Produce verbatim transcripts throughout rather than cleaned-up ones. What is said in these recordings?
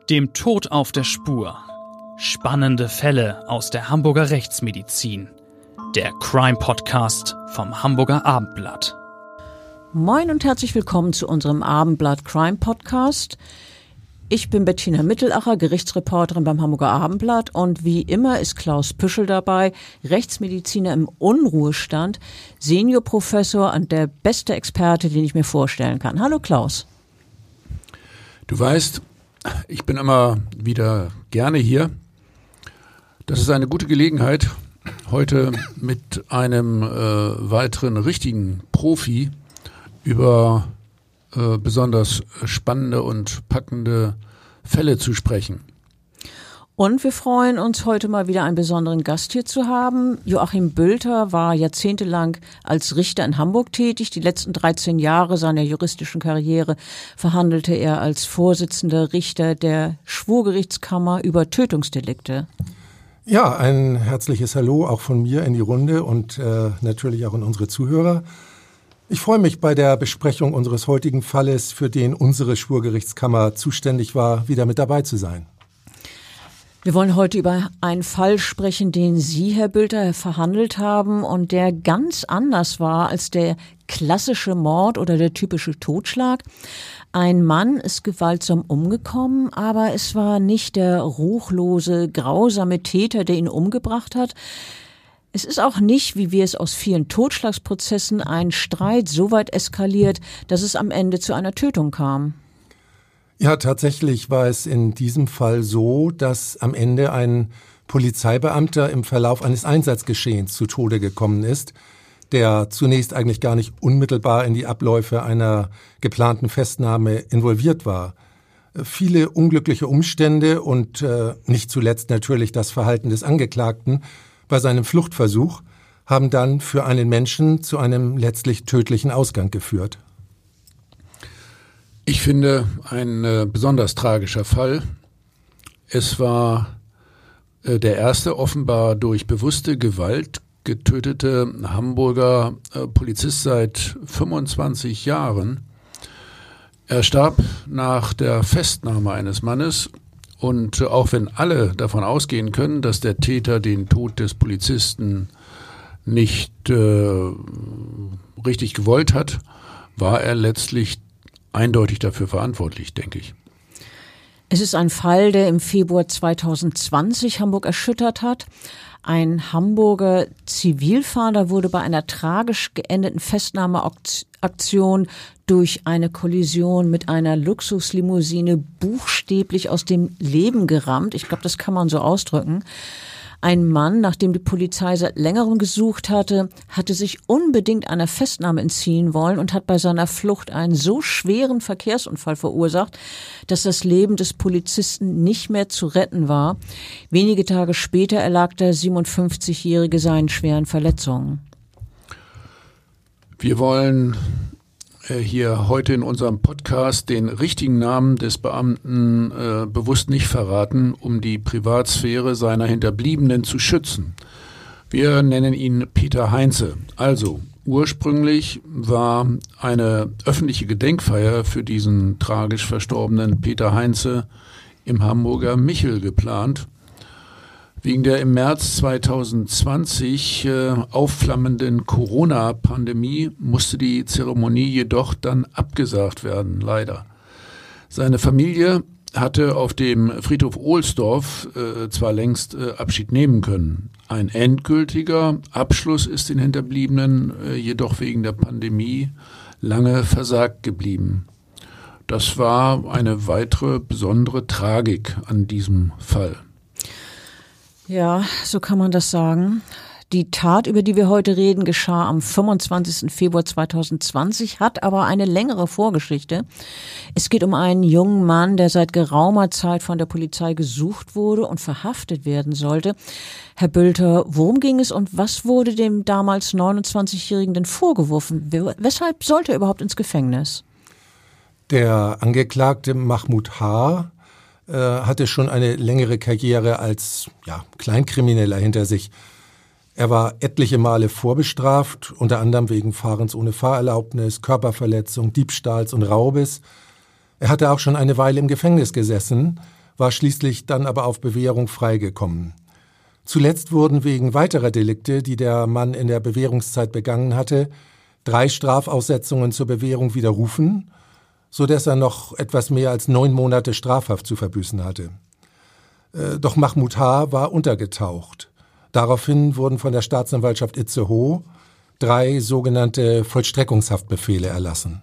Dem Tod auf der Spur. Spannende Fälle aus der Hamburger Rechtsmedizin. Der Crime-Podcast vom Hamburger Abendblatt. Moin und herzlich willkommen zu unserem Abendblatt Crime-Podcast. Ich bin Bettina Mittelacher, Gerichtsreporterin beim Hamburger Abendblatt, und wie immer ist Klaus Püschel dabei, Rechtsmediziner im Unruhestand, Seniorprofessor und der beste Experte, den ich mir vorstellen kann. Hallo Klaus. Du weißt, ich bin immer wieder gerne hier. Das ist eine gute Gelegenheit, heute mit einem äh, weiteren richtigen Profi über äh, besonders spannende und packende Fälle zu sprechen. Und wir freuen uns, heute mal wieder einen besonderen Gast hier zu haben. Joachim Bülter war jahrzehntelang als Richter in Hamburg tätig. Die letzten dreizehn Jahre seiner juristischen Karriere verhandelte er als Vorsitzender Richter der Schwurgerichtskammer über Tötungsdelikte. Ja, ein herzliches Hallo auch von mir in die Runde und äh, natürlich auch an unsere Zuhörer. Ich freue mich, bei der Besprechung unseres heutigen Falles, für den unsere Schwurgerichtskammer zuständig war, wieder mit dabei zu sein. Wir wollen heute über einen Fall sprechen, den Sie, Herr Bülter, verhandelt haben und der ganz anders war als der klassische Mord oder der typische Totschlag. Ein Mann ist gewaltsam umgekommen, aber es war nicht der ruchlose, grausame Täter, der ihn umgebracht hat. Es ist auch nicht, wie wir es aus vielen Totschlagsprozessen, ein Streit so weit eskaliert, dass es am Ende zu einer Tötung kam. Ja, tatsächlich war es in diesem Fall so, dass am Ende ein Polizeibeamter im Verlauf eines Einsatzgeschehens zu Tode gekommen ist, der zunächst eigentlich gar nicht unmittelbar in die Abläufe einer geplanten Festnahme involviert war. Viele unglückliche Umstände und äh, nicht zuletzt natürlich das Verhalten des Angeklagten bei seinem Fluchtversuch haben dann für einen Menschen zu einem letztlich tödlichen Ausgang geführt. Ich finde, ein äh, besonders tragischer Fall. Es war äh, der erste offenbar durch bewusste Gewalt getötete Hamburger äh, Polizist seit fünfundzwanzig Jahren. Er starb nach der Festnahme eines Mannes, und äh, auch wenn alle davon ausgehen können, dass der Täter den Tod des Polizisten nicht äh, richtig gewollt hat, war er letztlich eindeutig dafür verantwortlich, denke ich. Es ist ein Fall, der im Februar zweitausendzwanzig Hamburg erschüttert hat. Ein Hamburger Zivilfahnder wurde bei einer tragisch geendeten Festnahmeaktion durch eine Kollision mit einer Luxuslimousine buchstäblich aus dem Leben gerammt. Ich glaube, das kann man so ausdrücken. Ein Mann, nachdem die Polizei seit längerem gesucht hatte, hatte sich unbedingt einer Festnahme entziehen wollen und hat bei seiner Flucht einen so schweren Verkehrsunfall verursacht, dass das Leben des Polizisten nicht mehr zu retten war. Wenige Tage später erlag der siebenundfünfzigjährige seinen schweren Verletzungen. Wir wollen hier heute in unserem Podcast den richtigen Namen des Beamten äh, bewusst nicht verraten, um die Privatsphäre seiner Hinterbliebenen zu schützen. Wir nennen ihn Peter Heinze. Also, ursprünglich war eine öffentliche Gedenkfeier für diesen tragisch verstorbenen Peter Heinze im Hamburger Michel geplant. Wegen der im März zweitausendzwanzig äh, aufflammenden Corona-Pandemie musste die Zeremonie jedoch dann abgesagt werden, leider. Seine Familie hatte auf dem Friedhof Ohlsdorf äh, zwar längst äh, Abschied nehmen können. Ein endgültiger Abschluss ist den Hinterbliebenen äh, jedoch wegen der Pandemie lange versagt geblieben. Das war eine weitere besondere Tragik an diesem Fall. Ja, so kann man das sagen. Die Tat, über die wir heute reden, geschah am fünfundzwanzigsten Februar zweitausendzwanzig, hat aber eine längere Vorgeschichte. Es geht um einen jungen Mann, der seit geraumer Zeit von der Polizei gesucht wurde und verhaftet werden sollte. Herr Bülter, worum ging es und was wurde dem damals neunundzwanzigjährigen denn vorgeworfen? Weshalb sollte er überhaupt ins Gefängnis? Der Angeklagte Mahmoud H. hatte schon eine längere Karriere als ja, Kleinkrimineller hinter sich. Er war etliche Male vorbestraft, unter anderem wegen Fahrens ohne Fahrerlaubnis, Körperverletzung, Diebstahls und Raubes. Er hatte auch schon eine Weile im Gefängnis gesessen, war schließlich dann aber auf Bewährung freigekommen. Zuletzt wurden wegen weiterer Delikte, die der Mann in der Bewährungszeit begangen hatte, drei Strafaussetzungen zur Bewährung widerrufen, sodass er noch etwas mehr als neun Monate Strafhaft zu verbüßen hatte. Doch Mahmud H. war untergetaucht. Daraufhin wurden von der Staatsanwaltschaft Itzehoe drei sogenannte Vollstreckungshaftbefehle erlassen.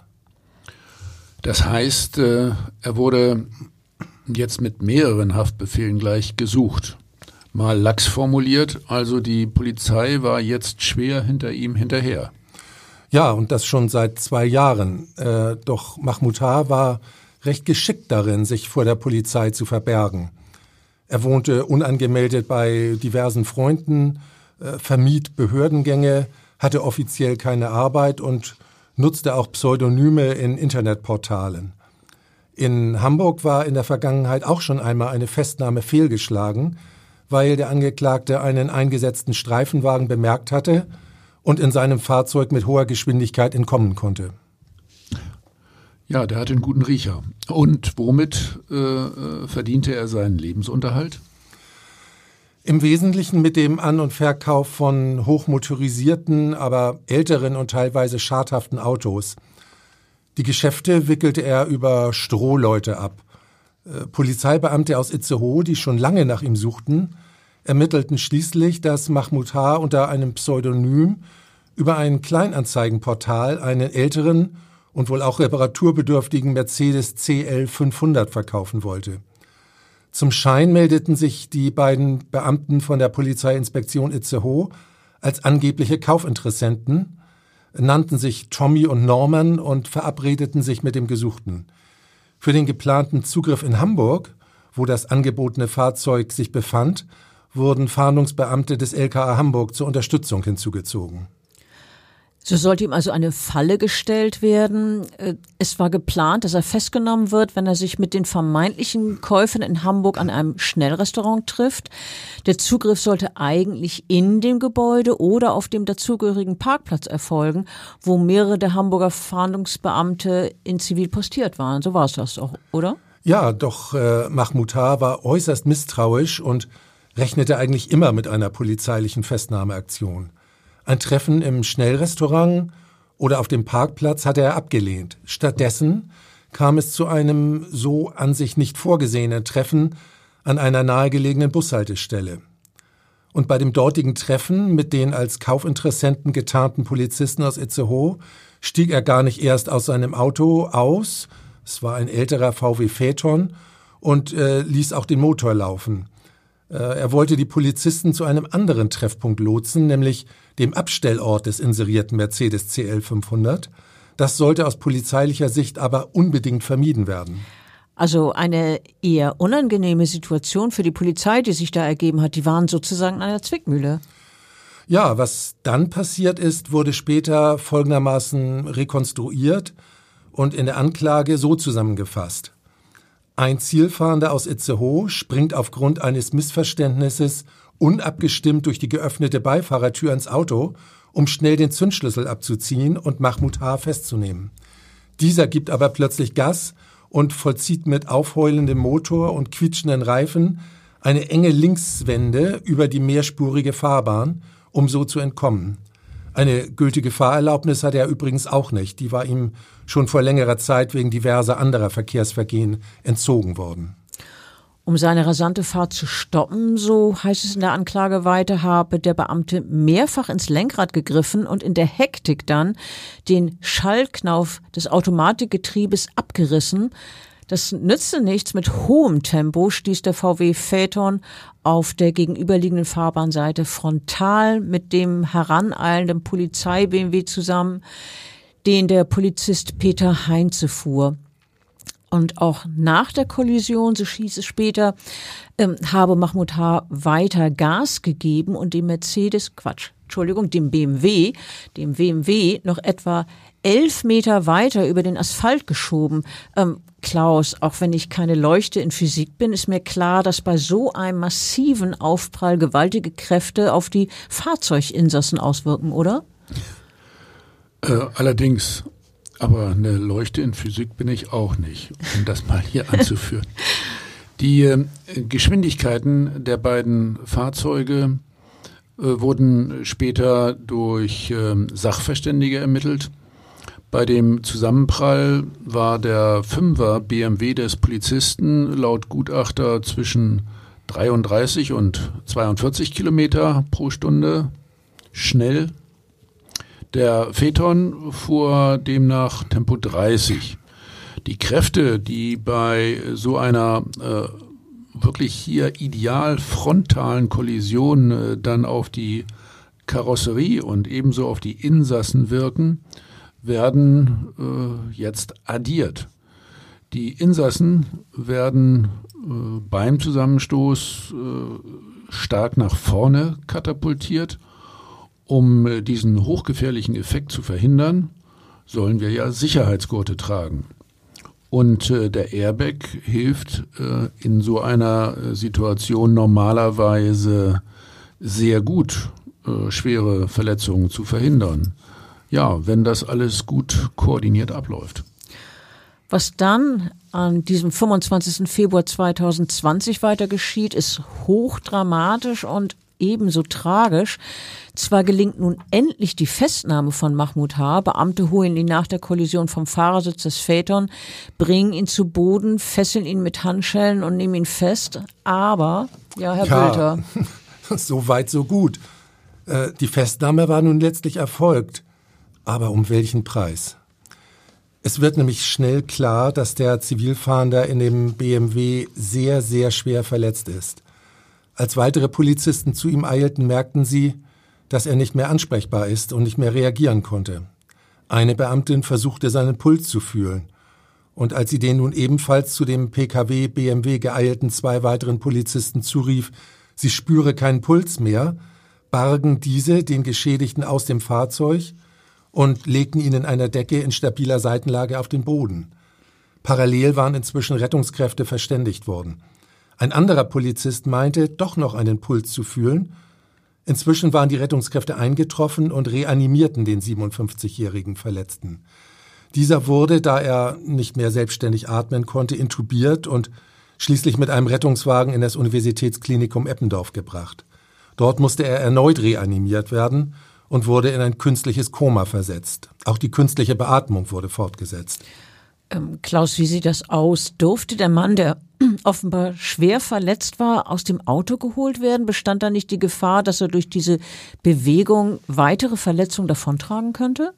Das heißt, er wurde jetzt mit mehreren Haftbefehlen gleich gesucht. Mal lax formuliert, also die Polizei war jetzt schwer hinter ihm hinterher. Ja, und das schon seit zwei Jahren. Äh, doch Mahmud H. war recht geschickt darin, sich vor der Polizei zu verbergen. Er wohnte unangemeldet bei diversen Freunden, äh, vermied Behördengänge, hatte offiziell keine Arbeit und nutzte auch Pseudonyme in Internetportalen. In Hamburg war in der Vergangenheit auch schon einmal eine Festnahme fehlgeschlagen, weil der Angeklagte einen eingesetzten Streifenwagen bemerkt hatte und in seinem Fahrzeug mit hoher Geschwindigkeit entkommen konnte. Ja, der hatte einen guten Riecher. Und womit äh, verdiente er seinen Lebensunterhalt? Im Wesentlichen mit dem An- und Verkauf von hochmotorisierten, aber älteren und teilweise schadhaften Autos. Die Geschäfte wickelte er über Strohleute ab. Polizeibeamte aus Itzehoe, die schon lange nach ihm suchten, ermittelten schließlich, dass Mahmud H. unter einem Pseudonym über ein Kleinanzeigenportal einen älteren und wohl auch reparaturbedürftigen Mercedes C L fünfhundert verkaufen wollte. Zum Schein meldeten sich die beiden Beamten von der Polizeiinspektion Itzehoe als angebliche Kaufinteressenten, nannten sich Tommy und Norman und verabredeten sich mit dem Gesuchten. Für den geplanten Zugriff in Hamburg, wo das angebotene Fahrzeug sich befand, wurden Fahndungsbeamte des L K A Hamburg zur Unterstützung hinzugezogen. So sollte ihm also eine Falle gestellt werden. Es war geplant, dass er festgenommen wird, wenn er sich mit den vermeintlichen Käufern in Hamburg an einem Schnellrestaurant trifft. Der Zugriff sollte eigentlich in dem Gebäude oder auf dem dazugehörigen Parkplatz erfolgen, wo mehrere der Hamburger Fahndungsbeamte in Zivil postiert waren. So war es das auch, oder? Ja, doch äh, Mahmud H. war äußerst misstrauisch und rechnete eigentlich immer mit einer polizeilichen Festnahmeaktion. Ein Treffen im Schnellrestaurant oder auf dem Parkplatz hatte er abgelehnt. Stattdessen kam es zu einem so an sich nicht vorgesehenen Treffen an einer nahegelegenen Bushaltestelle. Und bei dem dortigen Treffen mit den als Kaufinteressenten getarnten Polizisten aus Itzehoe stieg er gar nicht erst aus seinem Auto aus, es war ein älterer V W Phaeton, und äh, ließ auch den Motor laufen. Er wollte die Polizisten zu einem anderen Treffpunkt lotsen, nämlich dem Abstellort des inserierten Mercedes C L fünfhundert. Das sollte aus polizeilicher Sicht aber unbedingt vermieden werden. Also eine eher unangenehme Situation für die Polizei, die sich da ergeben hat. Die waren sozusagen in einer Zwickmühle. Ja, was dann passiert ist, wurde später folgendermaßen rekonstruiert und in der Anklage so zusammengefasst. Ein Zielfahnder aus Itzehoe springt aufgrund eines Missverständnisses unabgestimmt durch die geöffnete Beifahrertür ins Auto, um schnell den Zündschlüssel abzuziehen und Mahmud H. festzunehmen. Dieser gibt aber plötzlich Gas und vollzieht mit aufheulendem Motor und quietschenden Reifen eine enge Linkswende über die mehrspurige Fahrbahn, um so zu entkommen. Eine gültige Fahrerlaubnis hatte er übrigens auch nicht. Die war ihm schon vor längerer Zeit wegen diverser anderer Verkehrsvergehen entzogen worden. Um seine rasante Fahrt zu stoppen, so heißt es in der Anklage weiter, habe der Beamte mehrfach ins Lenkrad gegriffen und in der Hektik dann den Schaltknauf des Automatikgetriebes abgerissen. Das nützte nichts. Mit hohem Tempo stieß der V W Phaeton auf der gegenüberliegenden Fahrbahnseite frontal mit dem heraneilenden Polizei-B M W zusammen, den der Polizist Peter Heinze fuhr. Und auch nach der Kollision, so hieß es später, ähm, habe Mahmud H. weiter Gas gegeben und dem Mercedes, Quatsch, Entschuldigung, dem B M W, dem B M W noch etwa elf Meter weiter über den Asphalt geschoben. Ähm, Klaus, auch wenn ich keine Leuchte in Physik bin, ist mir klar, dass bei so einem massiven Aufprall gewaltige Kräfte auf die Fahrzeuginsassen auswirken, oder? Äh, allerdings, aber eine Leuchte in Physik bin ich auch nicht, um das mal hier anzuführen. Die äh, Geschwindigkeiten der beiden Fahrzeuge äh, wurden später durch äh, Sachverständige ermittelt. Bei dem Zusammenprall war der Fünfer B M W des Polizisten laut Gutachter zwischen dreiunddreißig und zweiundvierzig Kilometer pro Stunde schnell. Der Phaeton fuhr demnach Tempo dreißig. Die Kräfte, die bei so einer äh, wirklich hier ideal frontalen Kollision äh, dann auf die Karosserie und ebenso auf die Insassen wirken, werden äh, jetzt addiert. Die Insassen werden äh, beim Zusammenstoß äh, stark nach vorne katapultiert. Um äh, diesen hochgefährlichen Effekt zu verhindern, sollen wir ja Sicherheitsgurte tragen. Und äh, der Airbag hilft äh, in so einer äh, Situation normalerweise sehr gut, äh, schwere Verletzungen zu verhindern. Ja, wenn das alles gut koordiniert abläuft. Was dann an diesem fünfundzwanzigsten Februar zweitausendzwanzig weiter geschieht, ist hochdramatisch und ebenso tragisch. Zwar gelingt nun endlich die Festnahme von Mahmoud H. Beamte holen ihn nach der Kollision vom Fahrersitz des Phaeton, bringen ihn zu Boden, fesseln ihn mit Handschellen und nehmen ihn fest. Aber, ja, Herr ja, Bülter. So weit, so gut. Äh, die Festnahme war nun letztlich erfolgt. Aber um welchen Preis? Es wird nämlich schnell klar, dass der Zivilfahnder in dem B M W sehr, sehr schwer verletzt ist. Als weitere Polizisten zu ihm eilten, merkten sie, dass er nicht mehr ansprechbar ist und nicht mehr reagieren konnte. Eine Beamtin versuchte, seinen Puls zu fühlen. Und als sie den nun ebenfalls zu dem P K W B M W geeilten zwei weiteren Polizisten zurief, sie spüre keinen Puls mehr, bargen diese den Geschädigten aus dem Fahrzeug und legten ihn in einer Decke in stabiler Seitenlage auf den Boden. Parallel waren inzwischen Rettungskräfte verständigt worden. Ein anderer Polizist meinte, doch noch einen Puls zu fühlen. Inzwischen waren die Rettungskräfte eingetroffen und reanimierten den siebenundfünfzigjährigen Verletzten. Dieser wurde, da er nicht mehr selbstständig atmen konnte, intubiert und schließlich mit einem Rettungswagen in das Universitätsklinikum Eppendorf gebracht. Dort musste er erneut reanimiert werden und wurde in ein künstliches Koma versetzt. Auch die künstliche Beatmung wurde fortgesetzt. Ähm, Klaus, wie sieht das aus? Durfte der Mann, der offenbar schwer verletzt war, aus dem Auto geholt werden? Bestand da nicht die Gefahr, dass er durch diese Bewegung weitere Verletzungen davontragen könnte?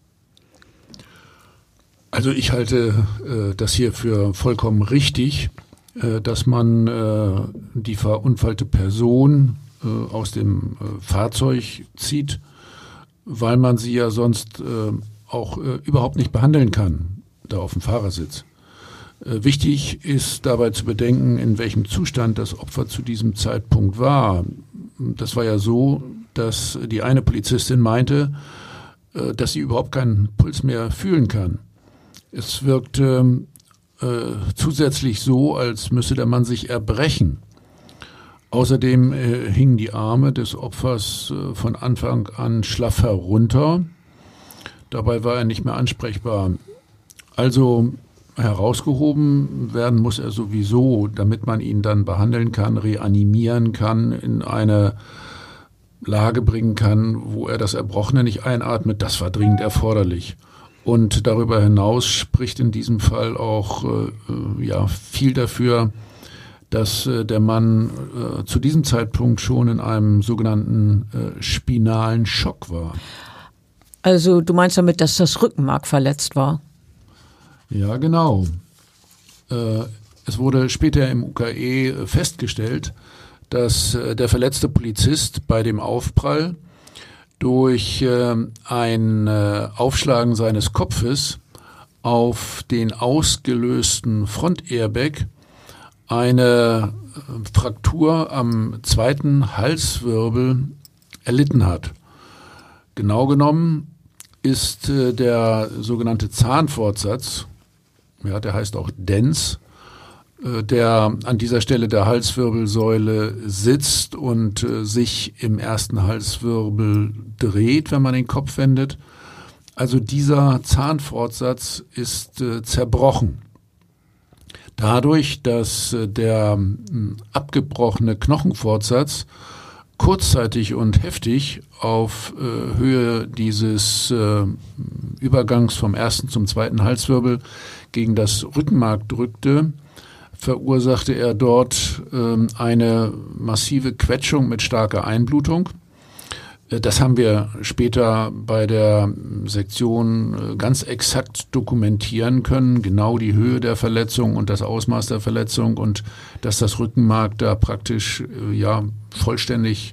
Also ich halte äh, das hier für vollkommen richtig, äh, dass man äh, die verunfallte Person äh, aus dem äh, Fahrzeug zieht, weil man sie ja sonst äh, auch äh, überhaupt nicht behandeln kann, da auf dem Fahrersitz. Äh, wichtig ist dabei zu bedenken, in welchem Zustand das Opfer zu diesem Zeitpunkt war. Das war ja so, dass die eine Polizistin meinte, äh, dass sie überhaupt keinen Puls mehr fühlen kann. Es wirkte äh, zusätzlich so, als müsse der Mann sich erbrechen. Außerdem äh, hingen die Arme des Opfers äh, von Anfang an schlaff herunter. Dabei war er nicht mehr ansprechbar. Also herausgehoben werden muss er sowieso, damit man ihn dann behandeln kann, reanimieren kann, in eine Lage bringen kann, wo er das Erbrochene nicht einatmet. Das war dringend erforderlich. Und darüber hinaus spricht in diesem Fall auch äh, ja, viel dafür, dass äh, der Mann äh, zu diesem Zeitpunkt schon in einem sogenannten äh, spinalen Schock war. Also du meinst damit, dass das Rückenmark verletzt war? Ja, genau. Äh, es wurde später im U K E festgestellt, dass äh, der verletzte Polizist bei dem Aufprall durch äh, ein äh, Aufschlagen seines Kopfes auf den ausgelösten Front-Airbag eine äh, Fraktur am zweiten Halswirbel erlitten hat. Genau genommen ist äh, der sogenannte Zahnfortsatz, ja, der heißt auch Dens, äh, der an dieser Stelle der Halswirbelsäule sitzt und äh, sich im ersten Halswirbel dreht, wenn man den Kopf wendet. Also dieser Zahnfortsatz ist äh, zerbrochen. dadurch, dass der abgebrochene Knochenfortsatz kurzzeitig und heftig auf äh, Höhe dieses äh, Übergangs vom ersten zum zweiten Halswirbel gegen das Rückenmark drückte, verursachte er dort äh, eine massive Quetschung mit starker Einblutung. Das haben wir später bei der Sektion ganz exakt dokumentieren können, genau die Höhe der Verletzung und das Ausmaß der Verletzung und dass das Rückenmark da praktisch ja vollständig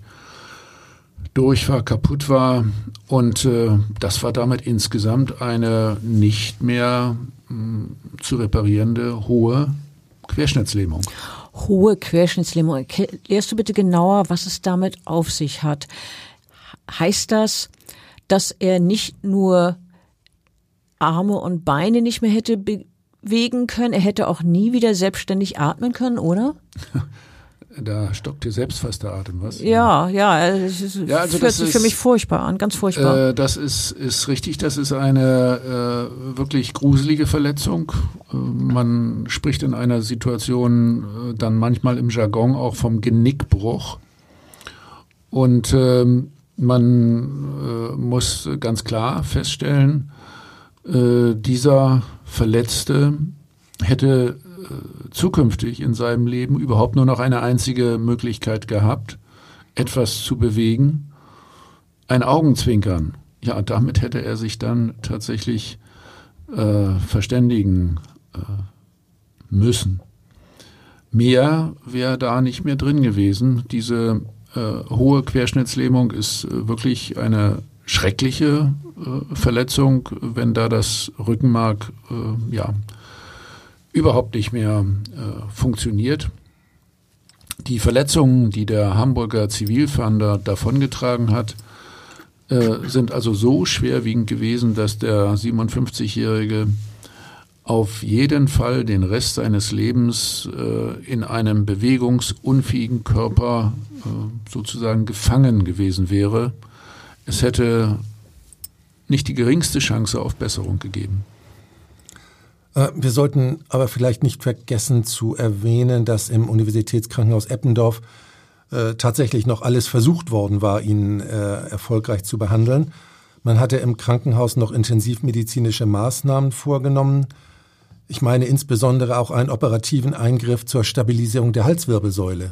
durch war, kaputt war und äh, das war damit insgesamt eine nicht mehr mh, zu reparierende hohe Querschnittslähmung. Hohe Querschnittslähmung. Erklärst du bitte genauer, was es damit auf sich hat? Heißt das, dass er nicht nur Arme und Beine nicht mehr hätte bewegen können, er hätte auch nie wieder selbstständig atmen können, oder? Da stockt dir selbst fast der Atem, was? Ja, ja, es ja, also fühlt sich ist, für mich furchtbar an, ganz furchtbar. Äh, das ist, ist richtig, das ist eine äh, wirklich gruselige Verletzung. Äh, man spricht in einer Situation äh, dann manchmal im Jargon auch vom Genickbruch. Und ähm, man äh, muss ganz klar feststellen, äh, dieser Verletzte hätte äh, zukünftig in seinem Leben überhaupt nur noch eine einzige Möglichkeit gehabt, etwas zu bewegen, ein Augenzwinkern. Ja, damit hätte er sich dann tatsächlich äh, verständigen äh, müssen. Mehr wäre da nicht mehr drin gewesen. Diese Äh, hohe Querschnittslähmung ist äh, wirklich eine schreckliche äh, Verletzung, wenn da das Rückenmark äh, ja, überhaupt nicht mehr äh, funktioniert. Die Verletzungen, die der Hamburger Zivilfahnder davongetragen hat, äh, sind also so schwerwiegend gewesen, dass der siebenundfünfzigjährige auf jeden Fall den Rest seines Lebens äh, in einem bewegungsunfähigen Körper äh, sozusagen gefangen gewesen wäre. Es hätte nicht die geringste Chance auf Besserung gegeben. Äh, wir sollten aber vielleicht nicht vergessen zu erwähnen, dass im Universitätskrankenhaus Eppendorf äh, tatsächlich noch alles versucht worden war, ihn äh, erfolgreich zu behandeln. Man hatte im Krankenhaus noch intensivmedizinische Maßnahmen vorgenommen. Ich meine insbesondere auch einen operativen Eingriff zur Stabilisierung der Halswirbelsäule.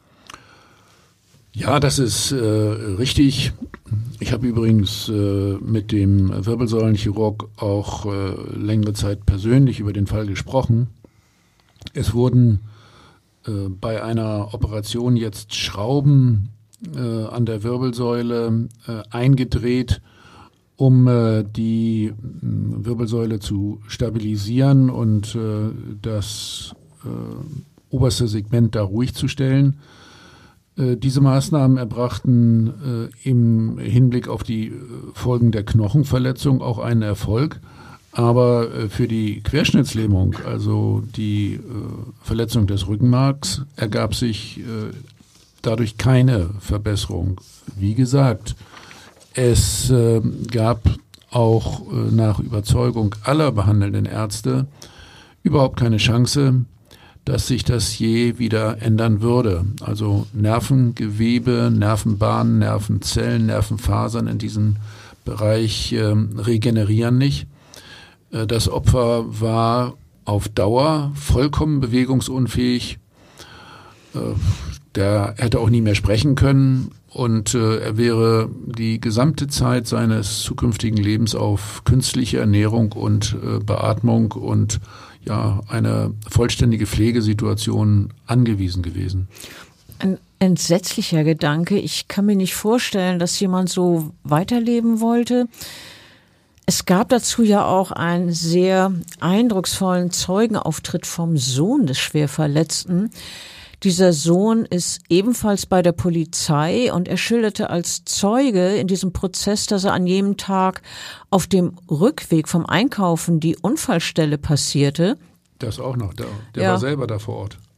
Ja, das ist äh, richtig. Ich habe übrigens äh, mit dem Wirbelsäulenchirurg auch äh, längere Zeit persönlich über den Fall gesprochen. Es wurden äh, bei einer Operation jetzt Schrauben äh, an der Wirbelsäule äh, eingedreht, um äh, die äh, Wirbelsäule zu stabilisieren und äh, das äh, oberste Segment da ruhig zu stellen. Äh, diese Maßnahmen erbrachten äh, im Hinblick auf die äh, Folgen der Knochenverletzung auch einen Erfolg. Aber äh, für die Querschnittslähmung, also die äh, Verletzung des Rückenmarks, ergab sich äh, dadurch keine Verbesserung. Wie gesagt, es äh, gab auch äh, nach Überzeugung aller behandelnden Ärzte überhaupt keine Chance, dass sich das je wieder ändern würde. Also Nervengewebe, Nervenbahnen, Nervenzellen, Nervenfasern in diesem Bereich äh, regenerieren nicht. Äh, das Opfer war auf Dauer vollkommen bewegungsunfähig. Äh, der hätte auch nie mehr sprechen können. Und äh, er wäre die gesamte Zeit seines zukünftigen Lebens auf künstliche Ernährung und äh, Beatmung und ja eine vollständige Pflegesituation angewiesen gewesen. Ein entsetzlicher Gedanke. Ich kann mir nicht vorstellen, dass jemand so weiterleben wollte. Es gab dazu ja auch einen sehr eindrucksvollen Zeugenauftritt vom Sohn des Schwerverletzten. Dieser Sohn ist ebenfalls bei der Polizei und er schilderte als Zeuge in diesem Prozess, dass er an jedem Tag auf dem Rückweg vom Einkaufen die Unfallstelle passierte. Das auch noch, der, der ja. war selber da vor Ort.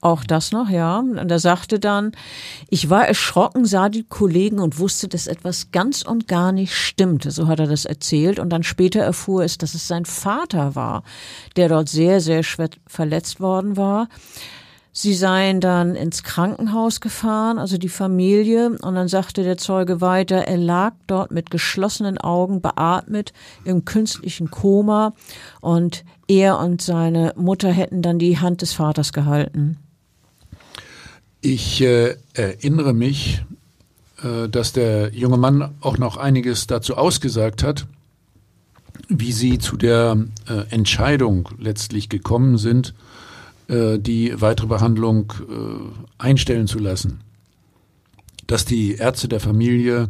Auch das noch, ja. Und er sagte dann, ich war erschrocken, sah die Kollegen und wusste, dass etwas ganz und gar nicht stimmte. So hat er das erzählt. Und dann später erfuhr es, dass es sein Vater war, der dort sehr, sehr schwer verletzt worden war. Sie seien dann ins Krankenhaus gefahren, also die Familie, und dann sagte der Zeuge weiter, er lag dort mit geschlossenen Augen, beatmet, im künstlichen Koma, und er und seine Mutter hätten dann die Hand des Vaters gehalten. Ich äh, erinnere mich, äh, dass der junge Mann auch noch einiges dazu ausgesagt hat, wie sie zu der äh, Entscheidung letztlich gekommen sind, die weitere Behandlung äh, einstellen zu lassen. Dass die Ärzte der Familie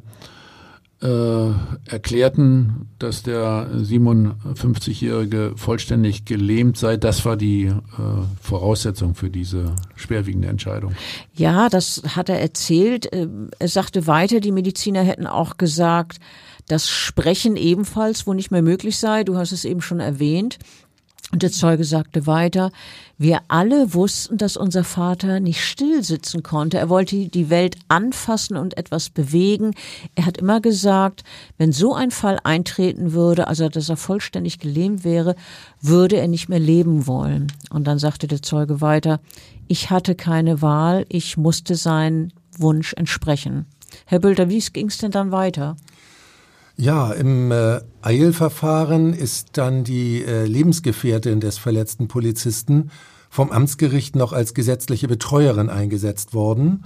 äh, erklärten, dass der siebenundfünfzigjährige vollständig gelähmt sei, das war die äh, Voraussetzung für diese schwerwiegende Entscheidung. Ja, das hat er erzählt. Er sagte weiter, die Mediziner hätten auch gesagt, dass Sprechen ebenfalls wohl nicht mehr möglich sei. Du hast es eben schon erwähnt. Und der Zeuge sagte weiter, wir alle wussten, dass unser Vater nicht still sitzen konnte. Er wollte die Welt anfassen und etwas bewegen. Er hat immer gesagt, wenn so ein Fall eintreten würde, also dass er vollständig gelähmt wäre, würde er nicht mehr leben wollen. Und dann sagte der Zeuge weiter, ich hatte keine Wahl, ich musste seinen Wunsch entsprechen. Herr Bülter, wie ging es denn dann weiter? Ja, im äh, Eilverfahren ist dann die äh, Lebensgefährtin des verletzten Polizisten vom Amtsgericht noch als gesetzliche Betreuerin eingesetzt worden,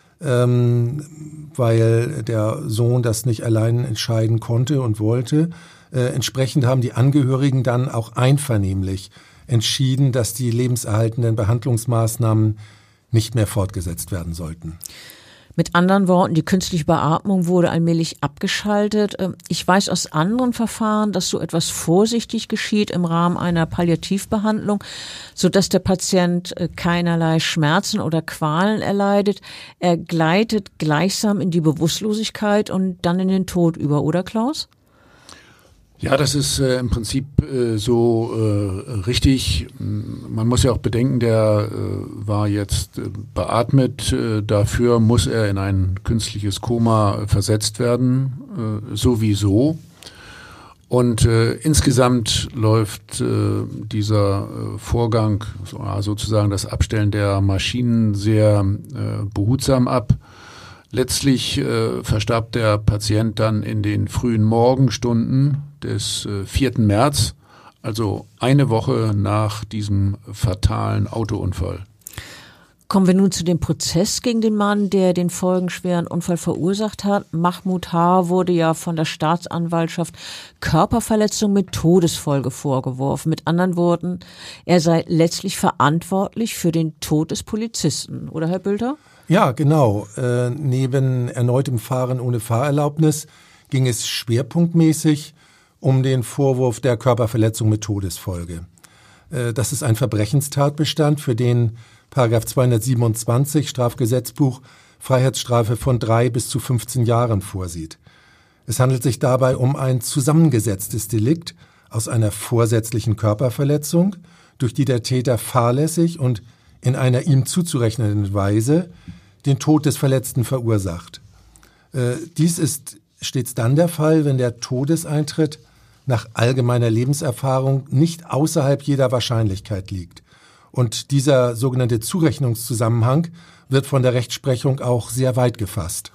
ähm, weil der Sohn das nicht allein entscheiden konnte und wollte. Äh, entsprechend haben die Angehörigen dann auch einvernehmlich entschieden, dass die lebenserhaltenden Behandlungsmaßnahmen nicht mehr fortgesetzt werden sollten. Mit anderen Worten, die künstliche Beatmung wurde allmählich abgeschaltet. Ich weiß aus anderen Verfahren, dass so etwas vorsichtig geschieht im Rahmen einer Palliativbehandlung, sodass der Patient keinerlei Schmerzen oder Qualen erleidet. Er gleitet gleichsam in die Bewusstlosigkeit und dann in den Tod über, oder Klaus? Ja, das ist äh, im Prinzip äh, so äh, richtig. Man muss ja auch bedenken, der äh, war jetzt äh, beatmet. Äh, dafür muss er in ein künstliches Koma versetzt werden, äh, sowieso. Und äh, insgesamt läuft äh, dieser äh, Vorgang, so, sozusagen das Abstellen der Maschinen, sehr äh, behutsam ab. Letztlich äh, verstarb der Patient dann in den frühen Morgenstunden des äh, vierten März, also eine Woche nach diesem fatalen Autounfall. Kommen wir nun zu dem Prozess gegen den Mann, der den folgenschweren Unfall verursacht hat. Mahmoud H. wurde ja von der Staatsanwaltschaft Körperverletzung mit Todesfolge vorgeworfen. Mit anderen Worten, er sei letztlich verantwortlich für den Tod des Polizisten. Oder, Herr Bülter? Ja, genau. Äh, neben erneutem Fahren ohne Fahrerlaubnis ging es schwerpunktmäßig um den Vorwurf der Körperverletzung mit Todesfolge. Äh, das ist ein Verbrechenstatbestand, für den Paragraph zweihundertsiebenundzwanzig Strafgesetzbuch Freiheitsstrafe von drei bis zu fünfzehn Jahren vorsieht. Es handelt sich dabei um ein zusammengesetztes Delikt aus einer vorsätzlichen Körperverletzung, durch die der Täter fahrlässig und in einer ihm zuzurechnenden Weise den Tod des Verletzten verursacht. Äh, dies ist stets dann der Fall, wenn der Todeseintritt nach allgemeiner Lebenserfahrung nicht außerhalb jeder Wahrscheinlichkeit liegt. Und dieser sogenannte Zurechnungszusammenhang wird von der Rechtsprechung auch sehr weit gefasst.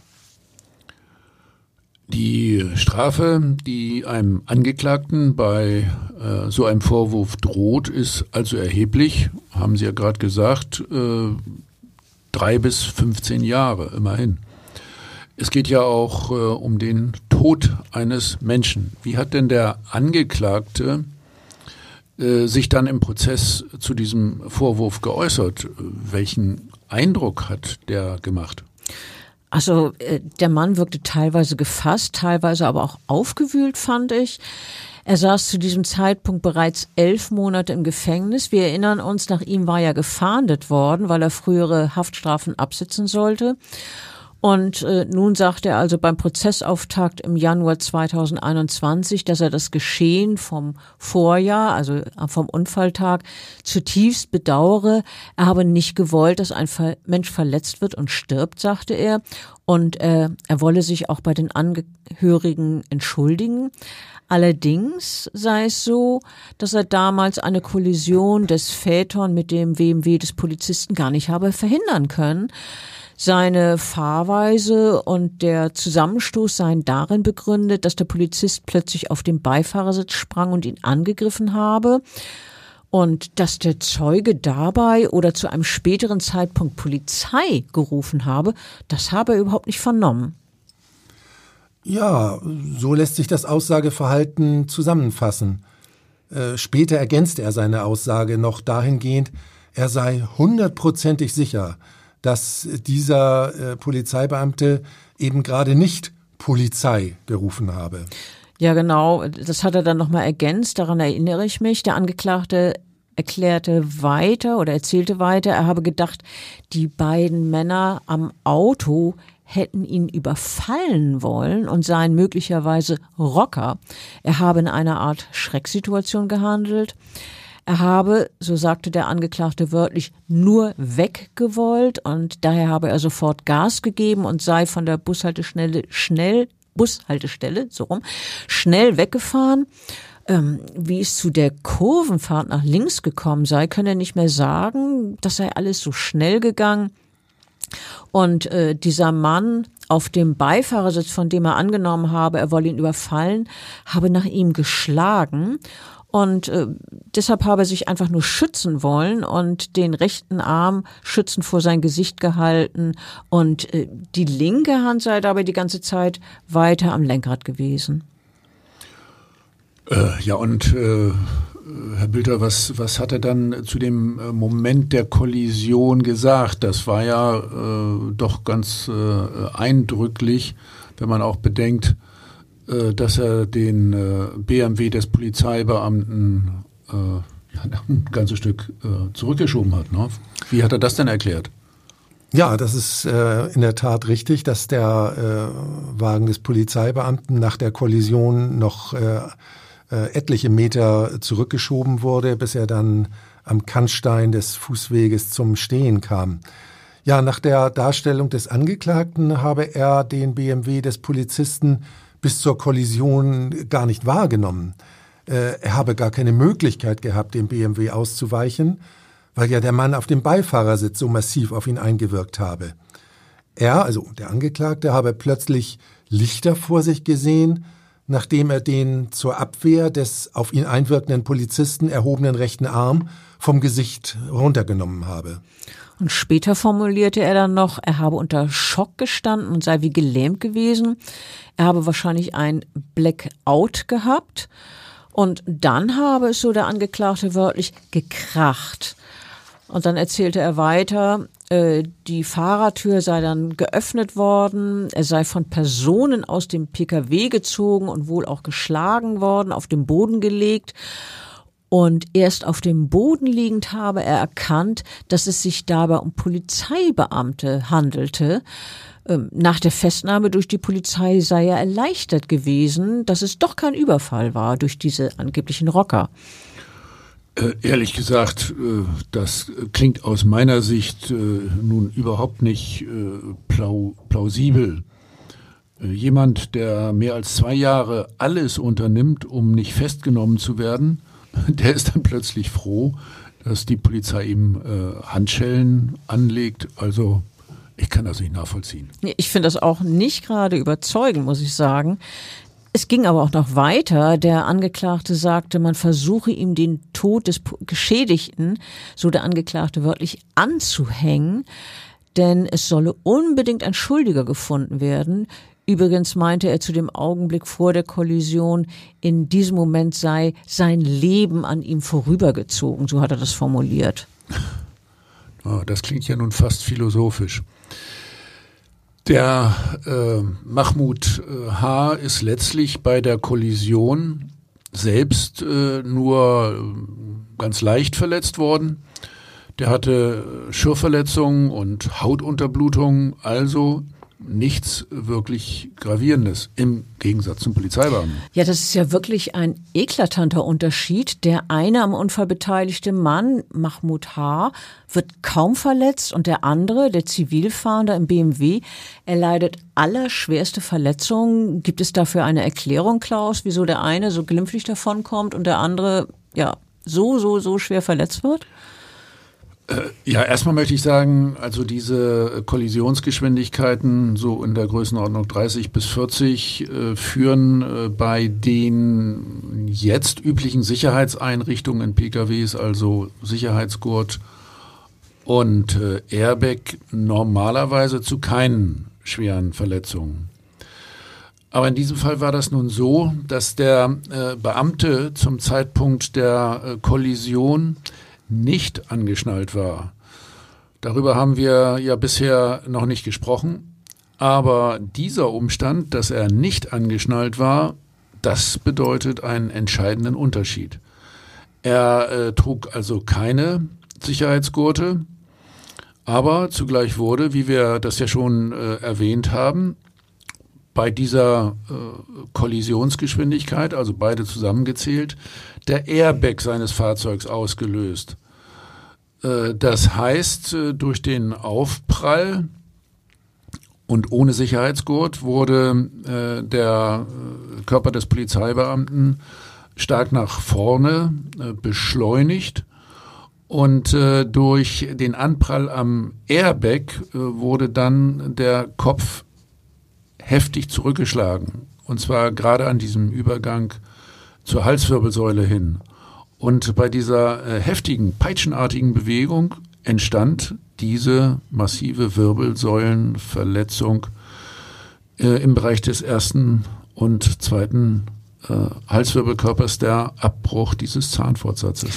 Die Strafe, die einem Angeklagten bei äh, so einem Vorwurf droht, ist also erheblich, haben Sie ja gerade gesagt, äh, drei bis fünfzehn Jahre immerhin. Es geht ja auch äh, um den Tod eines Menschen. Wie hat denn der Angeklagte äh, sich dann im Prozess zu diesem Vorwurf geäußert? Welchen Eindruck hat der gemacht? Also äh, der Mann wirkte teilweise gefasst, teilweise aber auch aufgewühlt, fand ich. Er saß zu diesem Zeitpunkt bereits elf Monate im Gefängnis. Wir erinnern uns, nach ihm war ja gefahndet worden, weil er frühere Haftstrafen absitzen sollte. Und äh, nun sagt er also beim Prozessauftakt im Januar zweitausendeinundzwanzig, dass er das Geschehen vom Vorjahr, also vom Unfalltag, zutiefst bedauere. Er habe nicht gewollt, dass ein Ver- Mensch verletzt wird und stirbt, sagte er. Und äh, er wolle sich auch bei den Angehörigen entschuldigen. Allerdings sei es so, dass er damals eine Kollision des Phaeton mit dem B M W des Polizisten gar nicht habe verhindern können. Seine Fahrweise und der Zusammenstoß seien darin begründet, dass der Polizist plötzlich auf den Beifahrersitz sprang und ihn angegriffen habe. Und dass der Zeuge dabei oder zu einem späteren Zeitpunkt Polizei gerufen habe, das habe er überhaupt nicht vernommen. Ja, so lässt sich das Aussageverhalten zusammenfassen. Äh, später ergänzte er seine Aussage noch dahingehend, er sei hundertprozentig sicher, dass dieser äh, Polizeibeamte eben gerade nicht Polizei gerufen habe. Ja, genau. Das hat er dann nochmal ergänzt. Daran erinnere ich mich. Der Angeklagte erklärte weiter oder erzählte weiter, er habe gedacht, die beiden Männer am Auto hätten ihn überfallen wollen und seien möglicherweise Rocker. Er habe in einer Art Schrecksituation gehandelt. Er habe, so sagte der Angeklagte wörtlich, nur weggewollt und daher habe er sofort Gas gegeben und sei von der Bushaltestelle schnell, Bushaltestelle, so rum, schnell weggefahren. Ähm, wie es zu der Kurvenfahrt nach links gekommen sei, könne er nicht mehr sagen. Das sei alles so schnell gegangen. Und äh, dieser Mann auf dem Beifahrersitz, von dem er angenommen habe, er wolle ihn überfallen, habe nach ihm geschlagen. Und äh, deshalb habe er sich einfach nur schützen wollen und den rechten Arm schützend vor sein Gesicht gehalten. Und äh, die linke Hand sei dabei die ganze Zeit weiter am Lenkrad gewesen. Äh, ja, und äh, Herr Bülter, was, was hat er dann zu dem äh, Moment der Kollision gesagt? Das war ja äh, doch ganz äh, eindrücklich, wenn man auch bedenkt, dass er den äh, B M W des Polizeibeamten äh, ein ganzes Stück äh, zurückgeschoben hat. Ne? Wie hat er das denn erklärt? Ja, das ist äh, in der Tat richtig, dass der äh, Wagen des Polizeibeamten nach der Kollision noch äh, äh, etliche Meter zurückgeschoben wurde, bis er dann am Kannstein des Fußweges zum Stehen kam. Ja, nach der Darstellung des Angeklagten habe er den B M W des Polizisten bis zur Kollision gar nicht wahrgenommen. Äh, er habe gar keine Möglichkeit gehabt, dem B M W auszuweichen, weil ja der Mann auf dem Beifahrersitz so massiv auf ihn eingewirkt habe. Er, also der Angeklagte, habe plötzlich Lichter vor sich gesehen, nachdem er den zur Abwehr des auf ihn einwirkenden Polizisten erhobenen rechten Arm vom Gesicht runtergenommen habe. Und später formulierte er dann noch, er habe unter Schock gestanden und sei wie gelähmt gewesen. Er habe wahrscheinlich ein Blackout gehabt. Und dann habe es, so der Angeklagte wörtlich, gekracht. Und dann erzählte er weiter, äh, die Fahrertür sei dann geöffnet worden. Er sei von Personen aus dem P K W gezogen und wohl auch geschlagen worden, auf den Boden gelegt. Und erst auf dem Boden liegend habe er erkannt, dass es sich dabei um Polizeibeamte handelte. Nach der Festnahme durch die Polizei sei er erleichtert gewesen, dass es doch kein Überfall war durch diese angeblichen Rocker. Äh, ehrlich gesagt, äh, das klingt aus meiner Sicht äh, nun überhaupt nicht äh, plau- plausibel. Äh, jemand, der mehr als zwei Jahre alles unternimmt, um nicht festgenommen zu werden, der ist dann plötzlich froh, dass die Polizei ihm äh, Handschellen anlegt. Also ich kann das nicht nachvollziehen. Ich finde das auch nicht gerade überzeugend, muss ich sagen. Es ging aber auch noch weiter. Der Angeklagte sagte, man versuche ihm den Tod des Geschädigten, so der Angeklagte wörtlich, anzuhängen, denn es solle unbedingt ein Schuldiger gefunden werden. Übrigens meinte er zu dem Augenblick vor der Kollision, in diesem Moment sei sein Leben an ihm vorübergezogen, so hat er das formuliert. Oh, das klingt ja nun fast philosophisch. Der äh, Mahmoud äh, H. ist letztlich bei der Kollision selbst äh, nur äh, ganz leicht verletzt worden. Der hatte Schürfverletzungen und Hautunterblutung, also nichts wirklich Gravierendes im Gegensatz zum Polizeibeamten. Ja, das ist ja wirklich ein eklatanter Unterschied. Der eine am Unfall beteiligte Mann, Mahmoud H., wird kaum verletzt und der andere, der Zivilfahnder im B M W, erleidet allerschwerste Verletzungen. Gibt es dafür eine Erklärung, Klaus, wieso der eine so glimpflich davonkommt und der andere ja so, so, so schwer verletzt wird? Ja, erstmal möchte ich sagen, also diese Kollisionsgeschwindigkeiten so in der Größenordnung dreißig bis vierzig äh, führen äh, bei den jetzt üblichen Sicherheitseinrichtungen in P K Ws, also Sicherheitsgurt und äh, Airbag, normalerweise zu keinen schweren Verletzungen. Aber in diesem Fall war das nun so, dass der äh, Beamte zum Zeitpunkt der äh, Kollision nicht angeschnallt war. Darüber haben wir ja bisher noch nicht gesprochen, aber dieser Umstand, dass er nicht angeschnallt war, das bedeutet einen entscheidenden Unterschied. Er äh, trug also keine Sicherheitsgurte, aber zugleich wurde, wie wir das ja schon äh, erwähnt haben, bei dieser äh, Kollisionsgeschwindigkeit, also beide zusammengezählt, der Airbag seines Fahrzeugs ausgelöst. Äh, das heißt, äh, durch den Aufprall und ohne Sicherheitsgurt wurde äh, der äh, Körper des Polizeibeamten stark nach vorne äh, beschleunigt und äh, durch den Anprall am Airbag äh, wurde dann der Kopf heftig zurückgeschlagen, und zwar gerade an diesem Übergang zur Halswirbelsäule hin. Und bei dieser äh, heftigen, peitschenartigen Bewegung entstand diese massive Wirbelsäulenverletzung äh, im Bereich des ersten und zweiten äh, Halswirbelkörpers, der Abbruch dieses Zahnfortsatzes.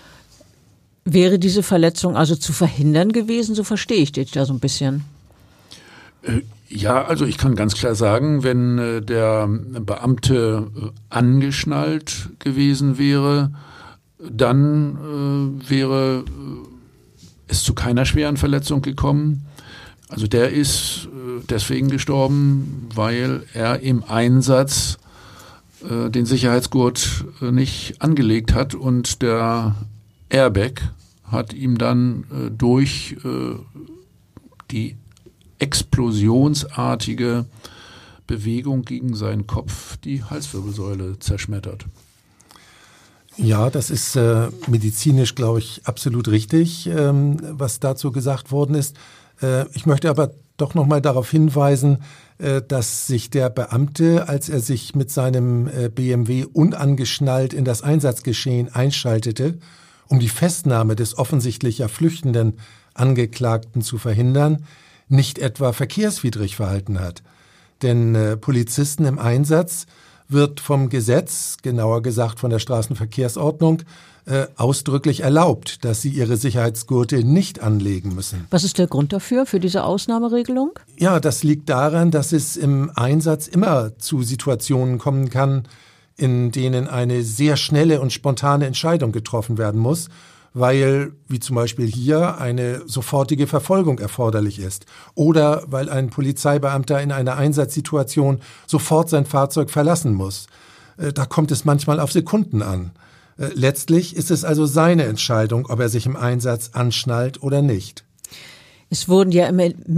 Wäre diese Verletzung also zu verhindern gewesen, so verstehe ich dich da so ein bisschen. Äh, Ja, also ich kann ganz klar sagen, wenn äh, der Beamte äh, angeschnallt gewesen wäre, dann äh, wäre äh, es zu keiner schweren Verletzung gekommen. Also der ist äh, deswegen gestorben, weil er im Einsatz äh, den Sicherheitsgurt äh, nicht angelegt hat und der Airbag hat ihm dann äh, durch äh, die explosionsartige Bewegung gegen seinen Kopf die Halswirbelsäule zerschmettert. Ja, das ist äh, medizinisch, glaube ich, absolut richtig, ähm, was dazu gesagt worden ist. Äh, ich möchte aber doch noch mal darauf hinweisen, äh, dass sich der Beamte, als er sich mit seinem äh, B M W unangeschnallt in das Einsatzgeschehen einschaltete, um die Festnahme des offensichtlich ja flüchtenden Angeklagten zu verhindern, nicht etwa verkehrswidrig verhalten hat. Denn äh, Polizisten im Einsatz wird vom Gesetz, genauer gesagt von der Straßenverkehrsordnung, äh, ausdrücklich erlaubt, dass sie ihre Sicherheitsgurte nicht anlegen müssen. Was ist der Grund dafür, für diese Ausnahmeregelung? Ja, das liegt daran, dass es im Einsatz immer zu Situationen kommen kann, in denen eine sehr schnelle und spontane Entscheidung getroffen werden muss, weil, wie zum Beispiel hier, eine sofortige Verfolgung erforderlich ist oder weil ein Polizeibeamter in einer Einsatzsituation sofort sein Fahrzeug verlassen muss. Da kommt es manchmal auf Sekunden an. Letztlich ist es also seine Entscheidung, ob er sich im Einsatz anschnallt oder nicht. Es wurden ja im